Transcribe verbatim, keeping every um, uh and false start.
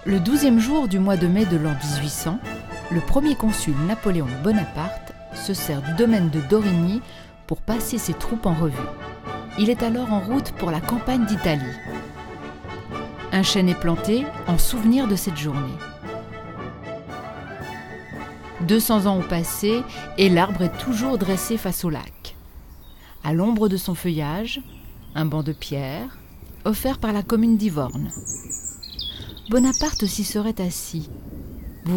Le douzième jour du mois de mai de l'an dix-huit cents, le premier consul Napoléon Bonaparte se sert du domaine de Dorigny pour passer ses troupes en revue. Il est alors en route pour la campagne d'Italie. Un chêne est planté en souvenir de cette journée. deux cents ans ont passé et l'arbre est toujours dressé face au lac. À l'ombre de son feuillage, un banc de pierre, offert par la commune d'Ivorne. Bonaparte s'y serait assis. Vous aussi ?